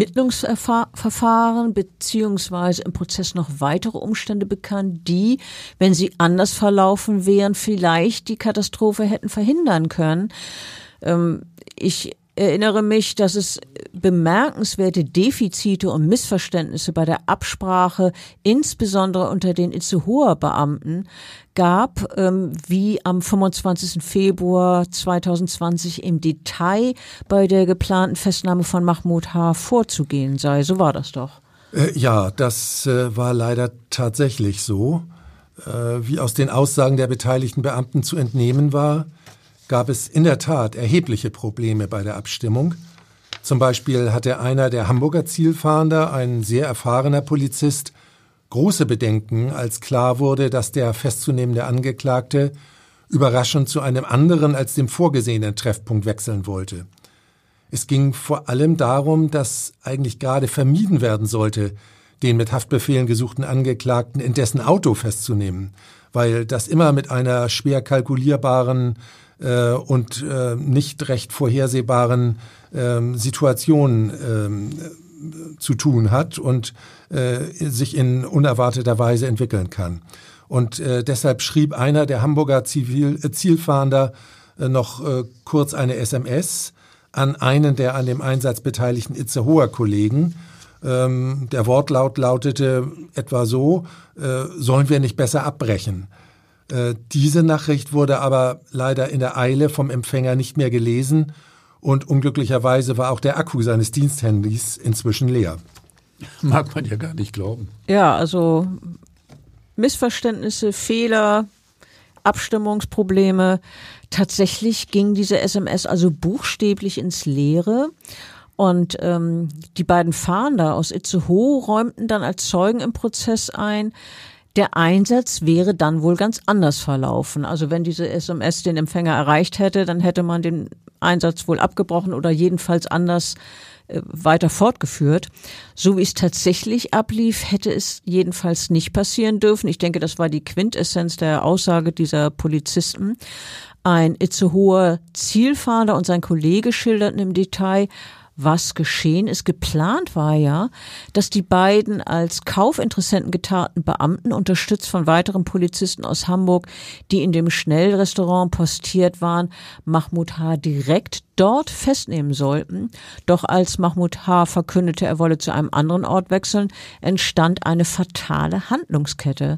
Ermittlungsverfahren beziehungsweise im Prozess noch weitere Umstände bekannt, die, wenn sie anders verlaufen wären, vielleicht die Katastrophe hätten verhindern können. Ähm, ich erinnere mich, dass es bemerkenswerte Defizite und Missverständnisse bei der Absprache, insbesondere unter den Itzehoer-Beamten, gab, ähm, wie am fünfundzwanzigsten Februar zweitausendzwanzig im Detail bei der geplanten Festnahme von Mahmoud H. vorzugehen sei. So war das doch. Äh, ja, das äh, war leider tatsächlich so. Äh, wie aus den Aussagen der beteiligten Beamten zu entnehmen war, gab es in der Tat erhebliche Probleme bei der Abstimmung. Zum Beispiel hatte einer der Hamburger Zielfahnder, ein sehr erfahrener Polizist, große Bedenken, als klar wurde, dass der festzunehmende Angeklagte überraschend zu einem anderen als dem vorgesehenen Treffpunkt wechseln wollte. Es ging vor allem darum, dass eigentlich gerade vermieden werden sollte, den mit Haftbefehlen gesuchten Angeklagten in dessen Auto festzunehmen, weil das immer mit einer schwer kalkulierbaren äh, und äh, nicht recht vorhersehbaren äh, Situation äh, zu tun hat und äh, sich in unerwarteter Weise entwickeln kann. Und äh, deshalb schrieb einer der Hamburger Zivil, äh, Zielfahnder äh, noch äh, kurz eine S M S an einen der an dem Einsatz beteiligten Itzehoer Kollegen. Ähm, der Wortlaut lautete etwa so, äh, sollen wir nicht besser abbrechen? Äh, diese Nachricht wurde aber leider in der Eile vom Empfänger nicht mehr gelesen und unglücklicherweise war auch der Akku seines Diensthandys inzwischen leer. Mag man ja gar nicht glauben. Ja, also Missverständnisse, Fehler, Abstimmungsprobleme. Tatsächlich ging diese S M S also buchstäblich ins Leere. Und ähm, die beiden Fahnder aus Itzehoe räumten dann als Zeugen im Prozess ein, der Einsatz wäre dann wohl ganz anders verlaufen. Also wenn diese S M S den Empfänger erreicht hätte, dann hätte man den Einsatz wohl abgebrochen oder jedenfalls anders äh, weiter fortgeführt. So wie es tatsächlich ablief, hätte es jedenfalls nicht passieren dürfen. Ich denke, das war die Quintessenz der Aussage dieser Polizisten. Ein Itzehoer Zielfahnder und sein Kollege schilderten im Detail, was geschehen ist. Geplant war ja, dass die beiden als Kaufinteressenten getarnten Beamten, unterstützt von weiteren Polizisten aus Hamburg, die in dem Schnellrestaurant postiert waren, Mahmoud H. direkt dort festnehmen sollten. Doch als Mahmoud H. verkündete, er wolle zu einem anderen Ort wechseln, entstand eine fatale Handlungskette.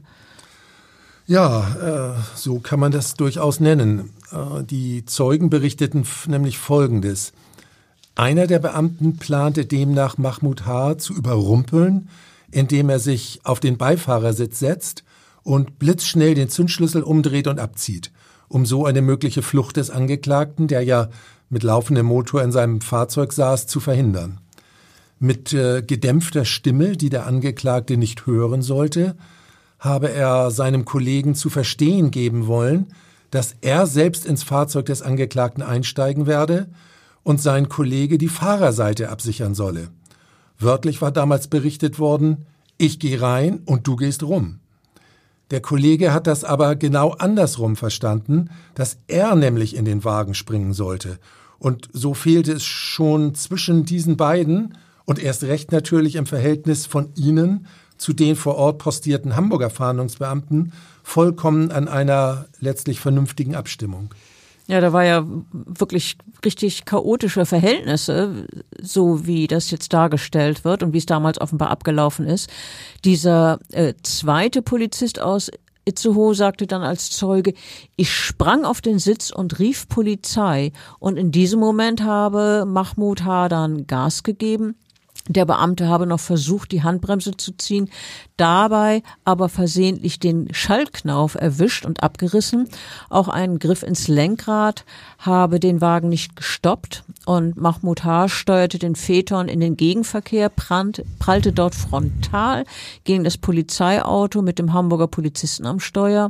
Ja, äh, so kann man das durchaus nennen. Äh, die Zeugen berichteten f- nämlich Folgendes. Einer der Beamten plante demnach Mahmoud H. zu überrumpeln, indem er sich auf den Beifahrersitz setzt und blitzschnell den Zündschlüssel umdreht und abzieht, um so eine mögliche Flucht des Angeklagten, der ja mit laufendem Motor in seinem Fahrzeug saß, zu verhindern. Mit äh, gedämpfter Stimme, die der Angeklagte nicht hören sollte, habe er seinem Kollegen zu verstehen geben wollen, dass er selbst ins Fahrzeug des Angeklagten einsteigen werde und sein Kollege die Fahrerseite absichern solle. Wörtlich war damals berichtet worden, ich gehe rein und du gehst rum. Der Kollege hat das aber genau andersrum verstanden, dass er nämlich in den Wagen springen sollte. Und so fehlte es schon zwischen diesen beiden und erst recht natürlich im Verhältnis von ihnen zu den vor Ort postierten Hamburger Fahndungsbeamten vollkommen an einer letztlich vernünftigen Abstimmung. Ja, da war ja wirklich richtig chaotische Verhältnisse, so wie das jetzt dargestellt wird und wie es damals offenbar abgelaufen ist. Dieser äh, zweite Polizist aus Itzehoe sagte dann als Zeuge, ich sprang auf den Sitz und rief Polizei. Und in diesem Moment habe Mahmoud H. dann Gas gegeben. Der Beamte habe noch versucht, die Handbremse zu ziehen, dabei aber versehentlich den Schaltknauf erwischt und abgerissen. Auch ein Griff ins Lenkrad habe den Wagen nicht gestoppt und Mahmoud H. steuerte den Phaeton in den Gegenverkehr, prallte dort frontal gegen das Polizeiauto mit dem Hamburger Polizisten am Steuer.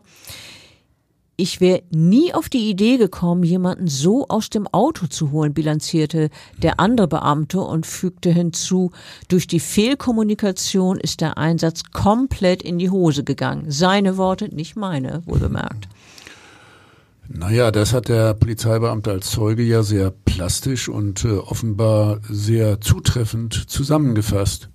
Ich wäre nie auf die Idee gekommen, jemanden so aus dem Auto zu holen, bilanzierte der andere Beamte und fügte hinzu, durch die Fehlkommunikation ist der Einsatz komplett in die Hose gegangen. Seine Worte, nicht meine, wohlbemerkt. Naja, das hat der Polizeibeamte als Zeuge ja sehr plastisch und äh, offenbar sehr zutreffend zusammengefasst.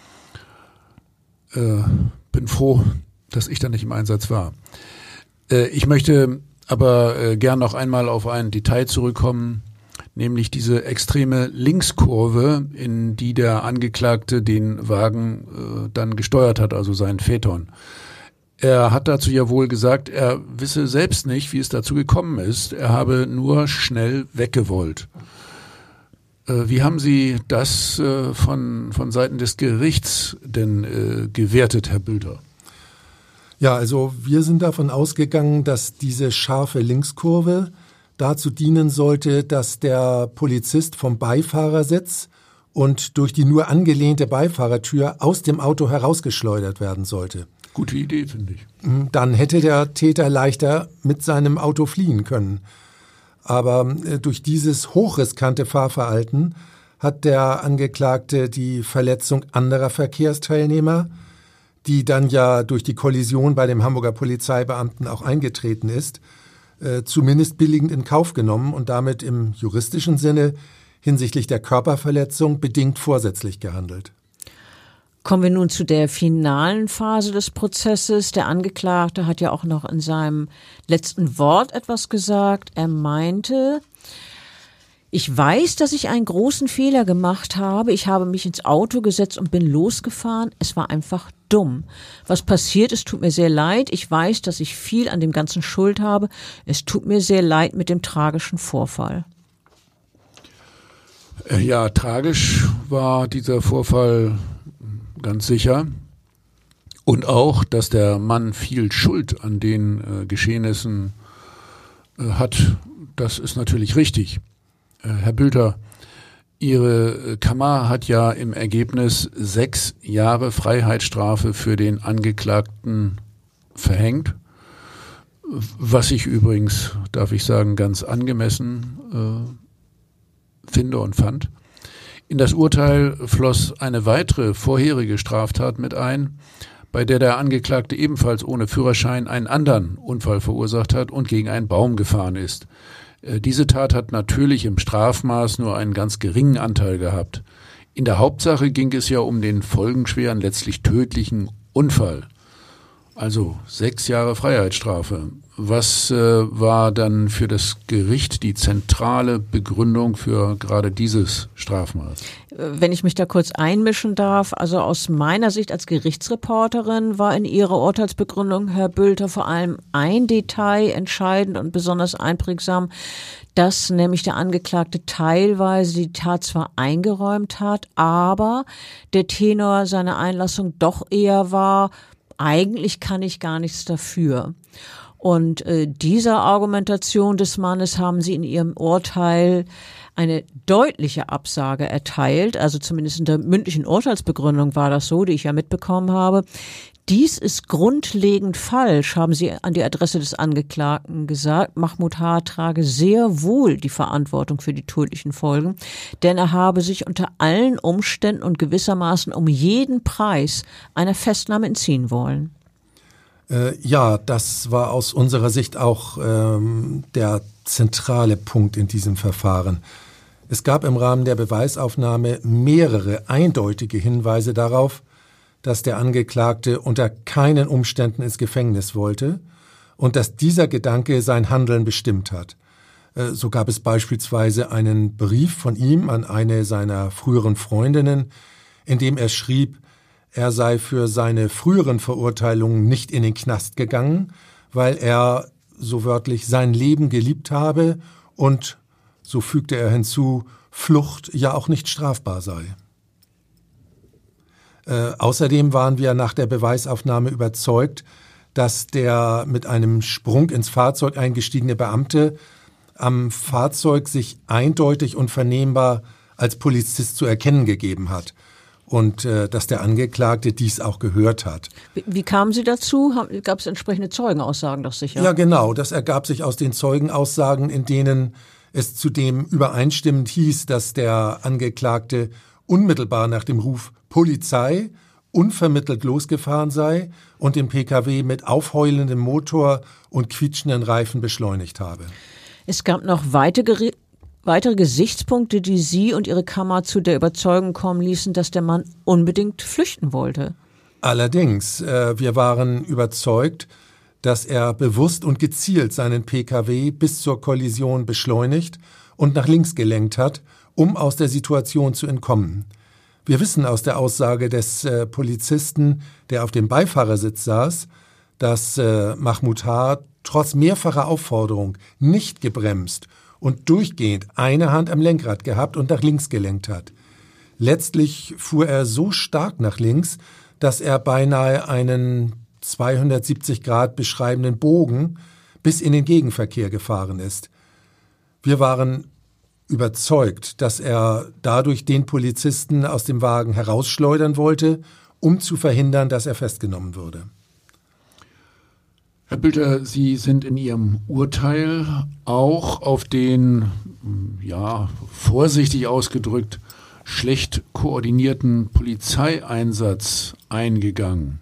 Äh, bin froh, dass ich da nicht im Einsatz war. Ich möchte aber äh, gern noch einmal auf ein Detail zurückkommen, nämlich diese extreme Linkskurve, in die der Angeklagte den Wagen äh, dann gesteuert hat, also seinen Phaeton. Er hat dazu ja wohl gesagt, er wisse selbst nicht, wie es dazu gekommen ist. Er habe nur schnell weggewollt. Äh, wie haben Sie das äh, von, von Seiten des Gerichts denn äh, gewertet, Herr Bülter? Ja, also wir sind davon ausgegangen, dass diese scharfe Linkskurve dazu dienen sollte, dass der Polizist vom Beifahrersitz und durch die nur angelehnte Beifahrertür aus dem Auto herausgeschleudert werden sollte. Gute Idee, finde ich. Dann hätte der Täter leichter mit seinem Auto fliehen können. Aber durch dieses hochriskante Fahrverhalten hat der Angeklagte die Verletzung anderer Verkehrsteilnehmer, die dann ja durch die Kollision bei dem Hamburger Polizeibeamten auch eingetreten ist, äh, zumindest billigend in Kauf genommen und damit im juristischen Sinne hinsichtlich der Körperverletzung bedingt vorsätzlich gehandelt. Kommen wir nun zu der finalen Phase des Prozesses. Der Angeklagte hat ja auch noch in seinem letzten Wort etwas gesagt. Er meinte: Ich weiß, dass ich einen großen Fehler gemacht habe. Ich habe mich ins Auto gesetzt und bin losgefahren. Es war einfach dumm. Was passiert ist, tut mir sehr leid. Ich weiß, dass ich viel an dem Ganzen Schuld habe. Es tut mir sehr leid mit dem tragischen Vorfall. Ja, tragisch war dieser Vorfall ganz sicher. Und auch, dass der Mann viel Schuld an den äh, Geschehnissen äh, hat, das ist natürlich richtig. Herr Bülter, Ihre Kammer hat ja im Ergebnis sechs Jahre Freiheitsstrafe für den Angeklagten verhängt, was ich übrigens, darf ich sagen, ganz angemessen äh, finde und fand. In das Urteil floss eine weitere vorherige Straftat mit ein, bei der der Angeklagte ebenfalls ohne Führerschein einen anderen Unfall verursacht hat und gegen einen Baum gefahren ist. Diese Tat hat natürlich im Strafmaß nur einen ganz geringen Anteil gehabt. In der Hauptsache ging es ja um den folgenschweren, letztlich tödlichen Unfall. Also sechs Jahre Freiheitsstrafe. Was äh, war dann für das Gericht die zentrale Begründung für gerade dieses Strafmaß? Wenn ich mich da kurz einmischen darf, also aus meiner Sicht als Gerichtsreporterin war in Ihrer Urteilsbegründung, Herr Bülter, vor allem ein Detail entscheidend und besonders einprägsam, dass nämlich der Angeklagte teilweise die Tat zwar eingeräumt hat, aber der Tenor seiner Einlassung doch eher war: Eigentlich kann ich gar nichts dafür. Und äh, dieser Argumentation des Mannes haben Sie in Ihrem Urteil eine deutliche Absage erteilt. Also zumindest in der mündlichen Urteilsbegründung war das so, die ich ja mitbekommen habe. Dies ist grundlegend falsch, haben Sie an die Adresse des Angeklagten gesagt. Mahmoud H. trage sehr wohl die Verantwortung für die tödlichen Folgen, denn er habe sich unter allen Umständen und gewissermaßen um jeden Preis einer Festnahme entziehen wollen. Äh, ja, das war aus unserer Sicht auch ähm, der zentrale Punkt in diesem Verfahren. Es gab im Rahmen der Beweisaufnahme mehrere eindeutige Hinweise darauf, dass der Angeklagte unter keinen Umständen ins Gefängnis wollte und dass dieser Gedanke sein Handeln bestimmt hat. So gab es beispielsweise einen Brief von ihm an eine seiner früheren Freundinnen, in dem er schrieb, er sei für seine früheren Verurteilungen nicht in den Knast gegangen, weil er, so wörtlich, sein Leben geliebt habe und, so fügte er hinzu, Flucht ja auch nicht strafbar sei. Äh, außerdem waren wir nach der Beweisaufnahme überzeugt, dass der mit einem Sprung ins Fahrzeug eingestiegene Beamte am Fahrzeug sich eindeutig und vernehmbar als Polizist zu erkennen gegeben hat und äh, dass der Angeklagte dies auch gehört hat. Wie, wie kamen Sie dazu? Gab es entsprechende Zeugenaussagen doch sicher? Ja, genau. Das ergab sich aus den Zeugenaussagen, in denen es zudem übereinstimmend hieß, dass der Angeklagte unmittelbar nach dem Ruf Polizei unvermittelt losgefahren sei und den Pkw mit aufheulendem Motor und quietschenden Reifen beschleunigt habe. Es gab noch weitere, weitere Gesichtspunkte, die Sie und Ihre Kammer zu der Überzeugung kommen ließen, dass der Mann unbedingt flüchten wollte. Allerdings, äh, wir waren überzeugt, dass er bewusst und gezielt seinen Pkw bis zur Kollision beschleunigt und nach links gelenkt hat, um aus der Situation zu entkommen. Wir wissen aus der Aussage des äh, Polizisten, der auf dem Beifahrersitz saß, dass äh, Mahmoud H. trotz mehrfacher Aufforderung nicht gebremst und durchgehend eine Hand am Lenkrad gehabt und nach links gelenkt hat. Letztlich fuhr er so stark nach links, dass er beinahe einen zweihundertsiebzig Grad beschreibenden Bogen bis in den Gegenverkehr gefahren ist. Wir waren überzeugt, dass er dadurch den Polizisten aus dem Wagen herausschleudern wollte, um zu verhindern, dass er festgenommen würde. Herr Bülter, Sie sind in Ihrem Urteil auch auf den, ja, vorsichtig ausgedrückt, schlecht koordinierten Polizeieinsatz eingegangen.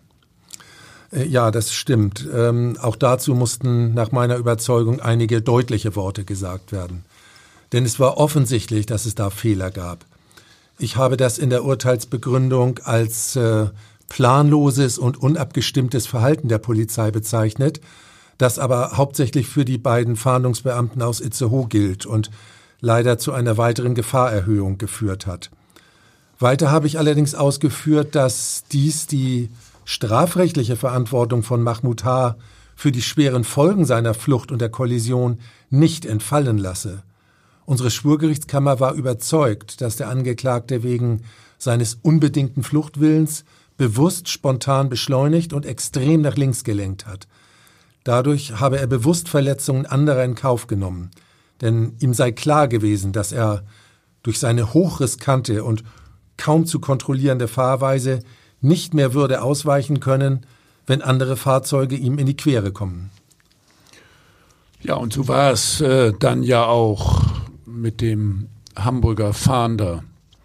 Ja, das stimmt. Ähm, auch dazu mussten nach meiner Überzeugung einige deutliche Worte gesagt werden. Denn es war offensichtlich, dass es da Fehler gab. Ich habe das in der Urteilsbegründung als äh, planloses und unabgestimmtes Verhalten der Polizei bezeichnet, das aber hauptsächlich für die beiden Fahndungsbeamten aus Itzehoe gilt und leider zu einer weiteren Gefahrerhöhung geführt hat. Weiter habe ich allerdings ausgeführt, dass dies die strafrechtliche Verantwortung von Mahmud H. für die schweren Folgen seiner Flucht und der Kollision nicht entfallen lasse. Unsere Schwurgerichtskammer war überzeugt, dass der Angeklagte wegen seines unbedingten Fluchtwillens bewusst spontan beschleunigt und extrem nach links gelenkt hat. Dadurch habe er bewusst Verletzungen anderer in Kauf genommen. Denn ihm sei klar gewesen, dass er durch seine hochriskante und kaum zu kontrollierende Fahrweise nicht mehr würde ausweichen können, wenn andere Fahrzeuge ihm in die Quere kommen. Ja, und so war es äh, dann ja auch mit dem Hamburger Fahnder.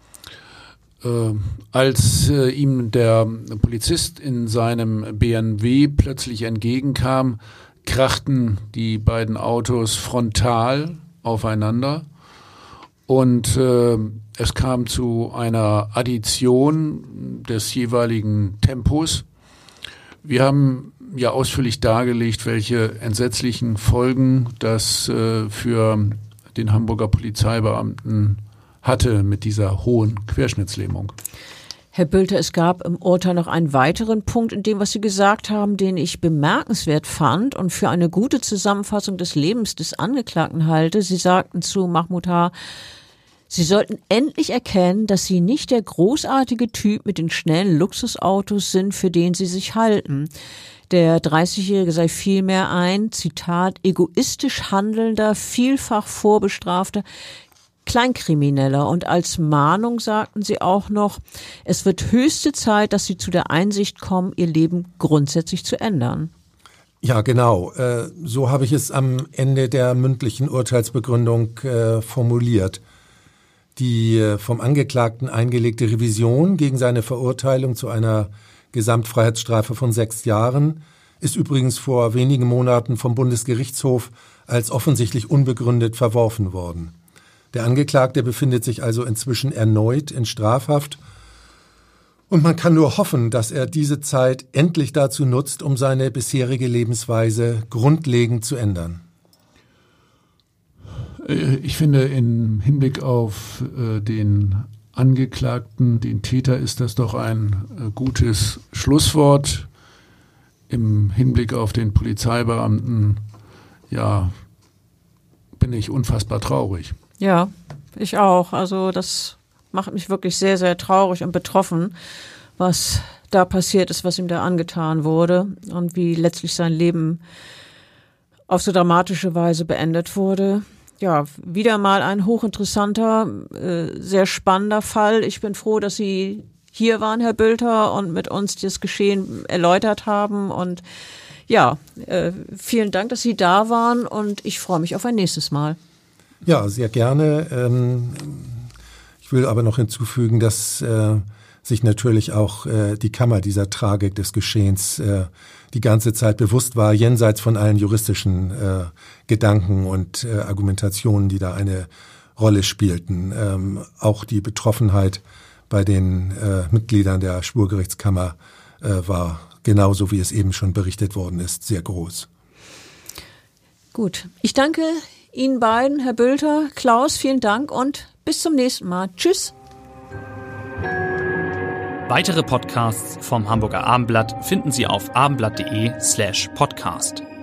Äh, als äh, ihm der Polizist in seinem B M W plötzlich entgegenkam, krachten die beiden Autos frontal aufeinander und äh, es kam zu einer Addition des jeweiligen Tempos. Wir haben ja ausführlich dargelegt, welche entsetzlichen Folgen das äh, für den Hamburger Polizeibeamten hatte mit dieser hohen Querschnittslähmung. Herr Bülter, es gab im Urteil noch einen weiteren Punkt in dem, was Sie gesagt haben, den ich bemerkenswert fand und für eine gute Zusammenfassung des Lebens des Angeklagten halte. Sie sagten zu Mahmud H., Sie sollten endlich erkennen, dass Sie nicht der großartige Typ mit den schnellen Luxusautos sind, für den Sie sich halten. Der dreißigjährige sei vielmehr ein, Zitat, egoistisch handelnder, vielfach vorbestrafter Kleinkrimineller. Und als Mahnung sagten sie auch noch, es wird höchste Zeit, dass Sie zu der Einsicht kommen, Ihr Leben grundsätzlich zu ändern. Ja, genau. Äh, so habe ich es am Ende der mündlichen Urteilsbegründung äh, formuliert. Die äh, vom Angeklagten eingelegte Revision gegen seine Verurteilung zu einer Gesamtfreiheitsstrafe von sechs Jahren ist übrigens vor wenigen Monaten vom Bundesgerichtshof als offensichtlich unbegründet verworfen worden. Der Angeklagte befindet sich also inzwischen erneut in Strafhaft und man kann nur hoffen, dass er diese Zeit endlich dazu nutzt, um seine bisherige Lebensweise grundlegend zu ändern. Ich finde, im Hinblick auf äh, den Angeklagten, den Täter, ist das doch ein äh, gutes Schlusswort. Im Hinblick auf den Polizeibeamten, ja, bin ich unfassbar traurig. Ja, ich auch. Also das macht mich wirklich sehr, sehr traurig und betroffen, was da passiert ist, was ihm da angetan wurde und wie letztlich sein Leben auf so dramatische Weise beendet wurde. Ja, wieder mal ein hochinteressanter, äh, sehr spannender Fall. Ich bin froh, dass Sie hier waren, Herr Bülter, und mit uns das Geschehen erläutert haben. Und ja, äh, vielen Dank, dass Sie da waren und ich freue mich auf ein nächstes Mal. Ja, sehr gerne. Ähm, ich will aber noch hinzufügen, dass äh, sich natürlich auch äh, die Kammer dieser Tragik des Geschehens äh, die ganze Zeit bewusst war, jenseits von allen juristischen äh, Gedanken und äh, Argumentationen, die da eine Rolle spielten. Ähm, auch die Betroffenheit bei den äh, Mitgliedern der Schwurgerichtskammer äh, war genauso, wie es eben schon berichtet worden ist, sehr groß. Gut, ich danke Ihnen beiden, Herr Bülter, Klaus, vielen Dank und bis zum nächsten Mal. Tschüss. Weitere Podcasts vom Hamburger Abendblatt finden Sie auf abendblatt.de slash podcast.